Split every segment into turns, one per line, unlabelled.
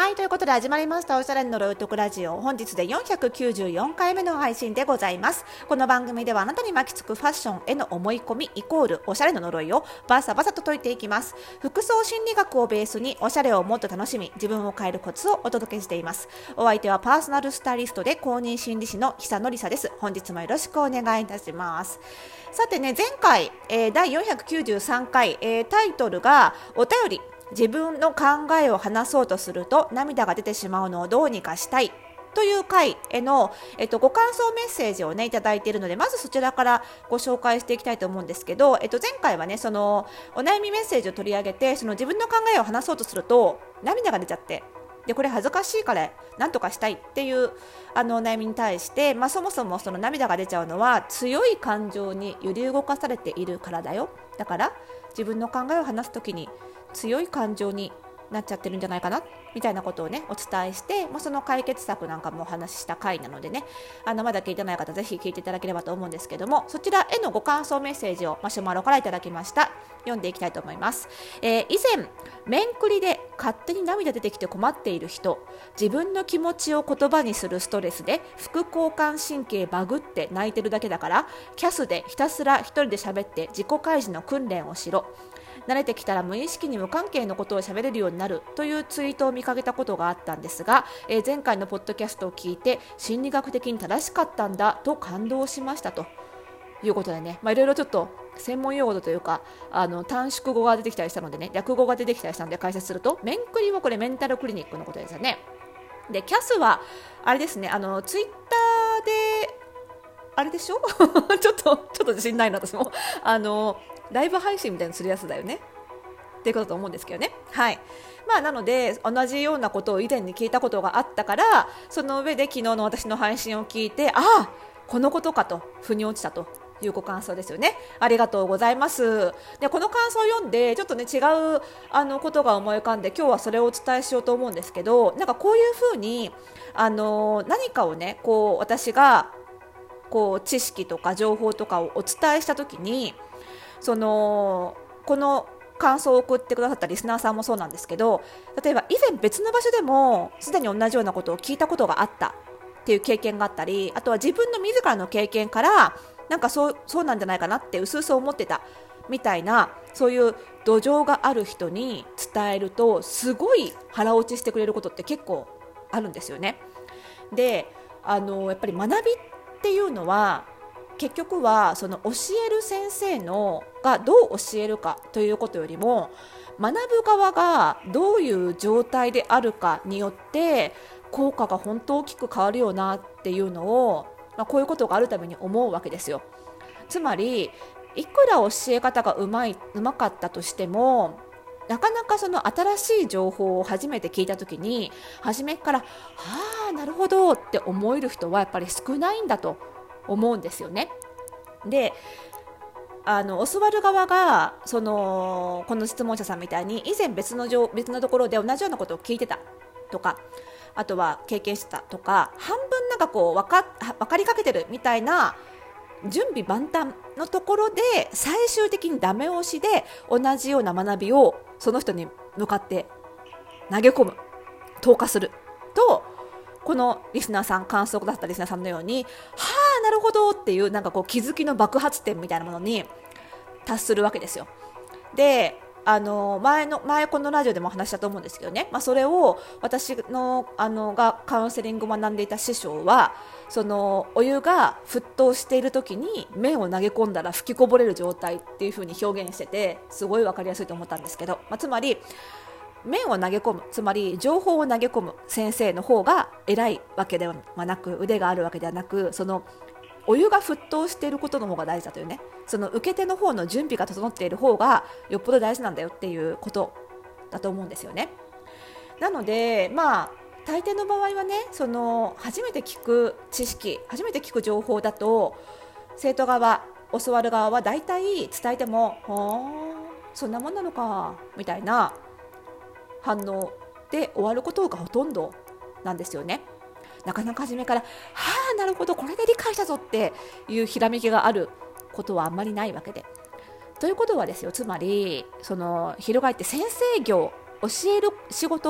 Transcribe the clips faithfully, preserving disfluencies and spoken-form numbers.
はい、ということで始まりましたおしゃれの呪いとくラジオ。本日でよんひゃくきゅうじゅうよんかいめの配信でございます。この番組ではあなたに巻きつくファッションへの思い込みイコールおしゃれの呪いをバサバサと解いていきます。服装心理学をベースにおしゃれをもっと楽しみ、自分を変えるコツをお届けしています。お相手はパーソナルスタイリストで公認心理師の久野里沙です。本日もよろしくお願いいたします。さてね、前回、えー、だいよんひゃくきゅうじゅうさんかい、えー、タイトルがお便り、自分の考えを話そうとすると涙が出てしまうのをどうにかしたいという回への、えっと、ご感想メッセージをねいただいているので、まずそちらからご紹介していきたいと思うんですけど、えっと、前回はねそのお悩みメッセージを取り上げて、その自分の考えを話そうとすると涙が出ちゃって、でこれ恥ずかしいから何とかしたいっていうあのお悩みに対して、まあ、そもそもその涙が出ちゃうのは強い感情に揺り動かされているからだよ。だから自分の考えを話すときに強い感情になっちゃってるんじゃないかなみたいなことをねお伝えして、まあ、その解決策なんかもお話しした回なのでね、あのまだ聞いてない方ぜひ聞いていただければと思うんですけども、そちらへのご感想メッセージをマシュマロからいただきました。読んでいきたいと思います。えー、以前面くりで勝手に涙出てきて困っている人、自分の気持ちを言葉にするストレスで副交感神経バグって泣いてるだけだから、キャスでひたすら一人で喋って自己開示の訓練をしろ、慣れてきたら無意識に無関係のことを喋れるようになるというツイートを見かけたことがあったんですが、えー、前回のポッドキャストを聞いて心理学的に正しかったんだと感動しましたということでね、まあ、いろいろちょっと専門用語というかあの短縮語が出てきたりしたのでね、略語が出てきたりしたので解説すると、メンクリはこれメンタルクリニックのことですよね。でキャスはあれですね、あのツイッターであれでしょちょっとちょっと自信ないな私もあのライブ配信みたいにするやつだよねっていうことだと思うんですけどね。はい。まあなので同じようなことを以前に聞いたことがあったから、その上で昨日の私の配信を聞いて、ああこのことかと腑に落ちたというご感想ですよね。ありがとうございます。でこの感想を読んでちょっとね違うあのことが思い浮かんで、今日はそれをお伝えしようと思うんですけど、なんかこういうふうにあの何かをねこう私がこう知識とか情報とかをお伝えしたときに、そのこの感想を送ってくださったリスナーさんもそうなんですけど、例えば以前別の場所でもすでに同じようなことを聞いたことがあったっていう経験があったり、あとは自分の自らの経験からなんかそう、そうなんじゃないかなってうすうす思ってたみたいな、そういう土壌がある人に伝えるとすごい腹落ちしてくれることって結構あるんですよね。であのやっぱり学びっていうのは結局はその教える先生のがどう教えるかということよりも、学ぶ側がどういう状態であるかによって効果が本当大きく変わるよなっていうのを、まあ、こういうことがあるために思うわけですよ。つまりいくら教え方がうまい、うまかったとしても、なかなかその新しい情報を初めて聞いたときに初めからはあなるほどって思える人はやっぱり少ないんだと思うんですよね。であの教わる側がそのこの質問者さんみたいに以前別の別のところで同じようなことを聞いてたとか、あとは経験したとか、半分なんかこう分か、分かりかけてるみたいな準備万端のところで最終的にダメ押しで同じような学びをその人に向かって投げ込む、投下すると、このリスナーさん、感想だったリスナーさんのようにはあなるほどっていうなんかこう気づきの爆発点みたいなものに達するわけですよ。であの 前, の前このラジオでも話したと思うんですけどね、まあ、それを私 の, あのがカウンセリングを学んでいた師匠は、そのお湯が沸騰している時に麺を投げ込んだら吹きこぼれる状態っていう風に表現してて、すごい分かりやすいと思ったんですけど、まあ、つまり麺を投げ込む、つまり情報を投げ込む先生の方が偉いわけではなく、腕があるわけではなく、そのお湯が沸騰していることの方が大事だというね、その受け手の方の準備が整っている方がよっぽど大事なんだよっていうことだと思うんですよね。なのでまあ大抵の場合はね、その初めて聞く知識、初めて聞く情報だと生徒側、教わる側は大体伝えてもはあそんなもんなのかみたいな反応で終わることがほとんどなんですよね。なかなか初めからはあなるほどこれで理解したぞっていうひらめきがあることはあんまりないわけで、ということはですよ、つまりその翻って先生業、教える仕事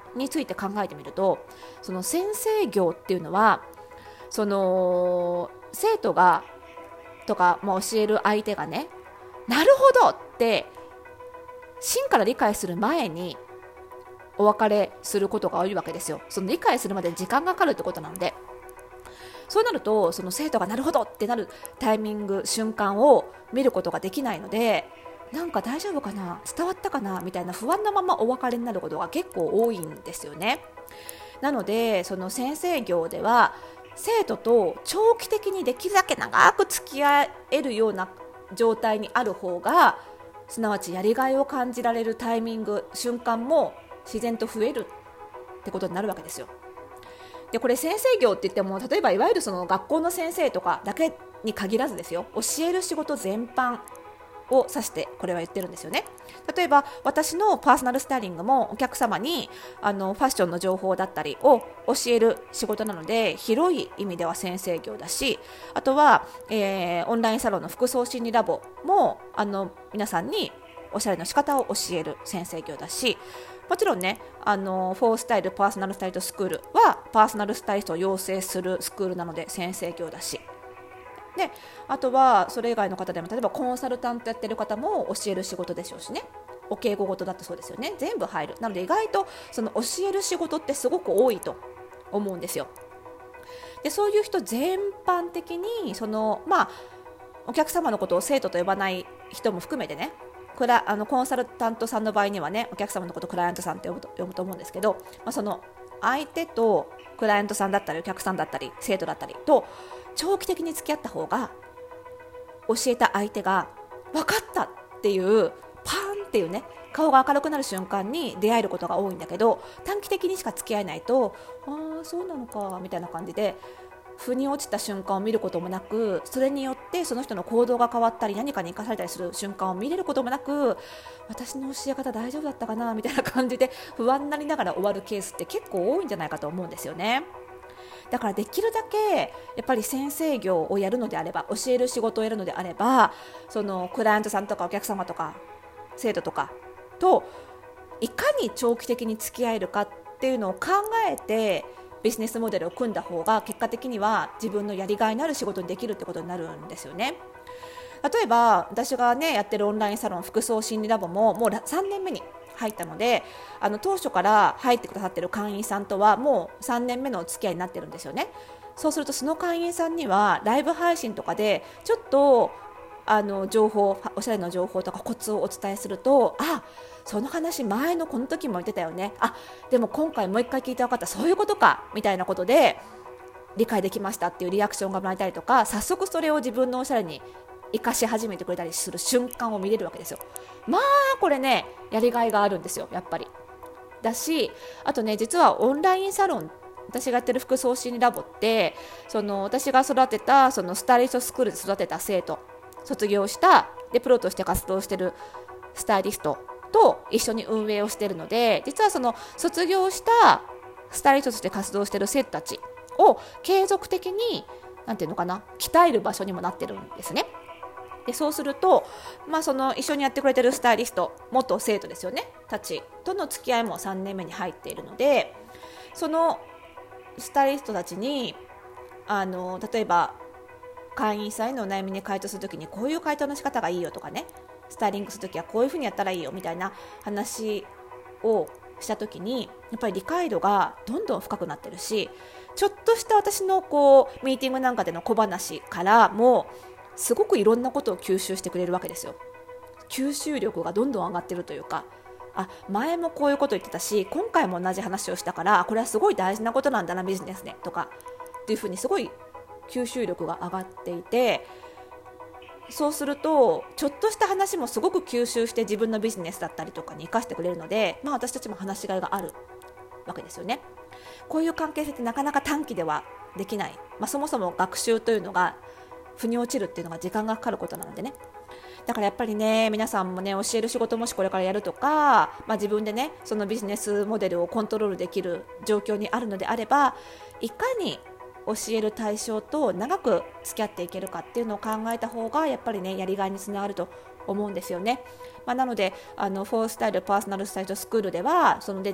について考えてみると、その先生業っていうのはその生徒がとか、まあ、教える相手がね、なるほどって真から理解する前にお別れすることが多いわけですよ。その理解するまで時間がかかるってことなので、そうなるとその生徒がなるほどってなるタイミング瞬間を見ることができないので、なんか大丈夫かな、伝わったかなみたいな不安なままお別れになることが結構多いんですよね。なのでその先生業では生徒と長期的にできるだけ長く付き合えるような状態にある方が、すなわちやりがいを感じられるタイミング瞬間も自然と増えるってことになるわけですよ。でこれ先生業って言っても、例えばいわゆるその学校の先生とかだけに限らずですよ、教える仕事全般を指してこれは言ってるんですよね。例えば私のパーソナルスタイリングもお客様にあのファッションの情報だったりを教える仕事なので、広い意味では先生業だし、あとは、えー、オンラインサロンの服装心理ラボもあの皆さんにおしゃれの仕方を教える先生業だし、もちろんね、あのフォースタイルパーソナルスタイリストスクールはパーソナルスタイリストを養成するスクールなので先生業だし、であとはそれ以外の方でも、例えばコンサルタントやってる方も教える仕事でしょうしね、お敬語事だってそうですよね、全部入る。なので意外とその教える仕事ってすごく多いと思うんですよ。でそういう人全般的にその、まあ、お客様のことを生徒と呼ばない人も含めてね、クラあのコンサルタントさんの場合にはね、お客様のことをクライアントさんって呼ぶと、呼ぶと思うんですけど、まあ、その相手とクライアントさんだったりお客さんだったり生徒だったりと長期的に付き合った方が、教えた相手が分かったっていうパーンっていうね、顔が明るくなる瞬間に出会えることが多いんだけど、短期的にしか付き合えないと、ああそうなのかみたいな感じで腑に落ちた瞬間を見ることもなく、それによってその人の行動が変わったり何かに生かされたりする瞬間を見れることもなく、私の教え方大丈夫だったかなみたいな感じで不安になりながら終わるケースって結構多いんじゃないかと思うんですよね。だからできるだけやっぱり先生業をやるのであれば、教える仕事をやるのであれば、そのクライアントさんとかお客様とか生徒とかといかに長期的に付き合えるかっていうのを考えてビジネスモデルを組んだ方が、結果的には自分のやりがいのある仕事にできるってことになるんですよね。例えば私がねやってるオンラインサロン服装心理ラボももうさんねんめに入ったので、あの当初から入ってくださってる会員さんとはもうさんねんめのお付き合いになってるんですよね。そうするとその会員さんにはライブ配信とかでちょっとあの情報、おしゃれの情報とかコツをお伝えすると、あ、その話前のこの時も言ってたよね、あ、でも今回もう一回聞いて分かった、そういうことかみたいなことで理解できましたっていうリアクションがもらえたりとか、早速それを自分のおしゃれに生かし始めてくれたりする瞬間を見れるわけですよ。まあこれねやりがいがあるんですよ、やっぱり。だし、あとね、実はオンラインサロン、私がやってる服装心理ラボって、その私が育てたそのスタイリストスクールで育てた生徒、卒業したでプロとして活動してるスタイリストと一緒に運営をしているので、実はその卒業したスタイリストとして活動している生徒たちを継続的になんていうのかな、鍛える場所にもなってるんですね。でそうすると、まあ、その一緒にやってくれてるスタイリスト、元生徒ですよね、たちとの付き合いもさんねんめに入っているので、そのスタイリストたちにあの例えば会員さんへのお悩みに回答するときにこういう回答の仕方がいいよとかね、スタイリングするときはこういうふうにやったらいいよみたいな話をしたときに、やっぱり理解度がどんどん深くなってるし、ちょっとした私のこうミーティングなんかでの小話からもすごくいろんなことを吸収してくれるわけですよ。吸収力がどんどん上がってるというか、あ、前もこういうこと言ってたし今回も同じ話をしたから、これはすごい大事なことなんだなビジネスねとかっていうふうにすごい吸収力が上がっていて、そうするとちょっとした話もすごく吸収して自分のビジネスだったりとかに生かしてくれるので、まあ、私たちも話しがいがあるわけですよね。こういう関係性ってなかなか短期ではできない、まあ、そもそも学習というのが腑に落ちるっていうのが時間がかかることなのでね。だからやっぱりね、皆さんもね、教える仕事もしこれからやるとか、まあ、自分でねそのビジネスモデルをコントロールできる状況にあるのであれば、いかに教える対象と長く付き合っていけるかっていうのを考えた方がやっぱりねやりがいにつながると思うんですよね。まあ、なのであのフォースタイルパーソナルスタイルスクールではそので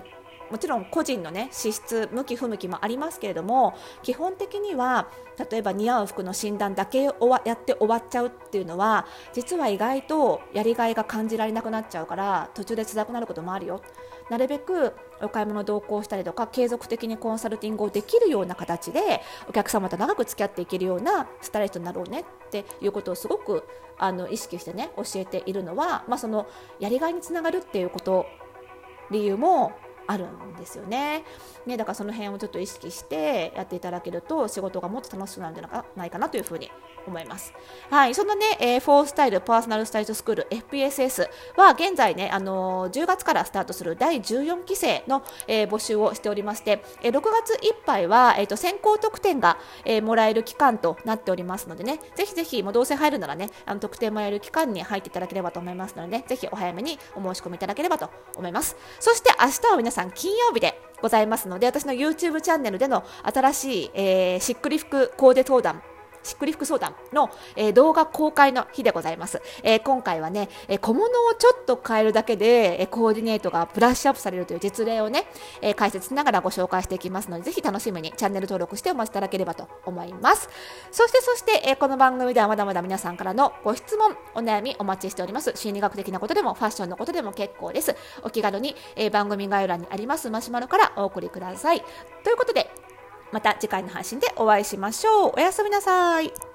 もちろん個人のね資質向き不向きもありますけれども、基本的には例えば似合う服の診断だけ終わやって終わっちゃうっていうのは、実は意外とやりがいが感じられなくなっちゃうから、途中で辛くなることもあるよ。なるべくお買い物同行したりとか、継続的にコンサルティングをできるような形でお客様と長く付き合っていけるようなスタイリストになろうねっていうことをすごくあの意識してね教えているのは、まあ、そのやりがいにつながるっていうこと理由もあるんですよね。ね、だからその辺をちょっと意識してやっていただけると仕事がもっと楽しくなるんじゃないかなというふうに思います。はい、そんなね、えー、フォースタイルパーソナルスタイリストスクール エフピーエスエス は現在ね、あのー、じゅうがつからスタートするだいじゅうよんきせいの、えー、募集をしておりまして、えー、ろくがついっぱいは、えー、と先行特典が、えー、もらえる期間となっておりますのでね、ぜひぜひもうどうせ入るならね、あの特典もらえる期間に入っていただければと思いますのでね、ぜひお早めにお申し込みいただければと思います。そして明日は皆さん金曜日でございますので、私の YouTube チャンネルでの新しい、えー、しっくり服コーデ相談しっくり服相談の、えー、動画公開の日でございます。えー、今回はね、えー、小物をちょっと変えるだけで、えー、コーディネートがブラッシュアップされるという実例をね、えー、解説しながらご紹介していきますので、ぜひ楽しみにチャンネル登録してお待ちいただければと思います。そしてそして、えー、この番組ではまだまだ皆さんからのご質問、お悩みお待ちしております。心理学的なことでもファッションのことでも結構です。お気軽に、えー、番組概要欄にありますマシュマロからお送りください。ということで、また次回の配信でお会いしましょう。おやすみなさい。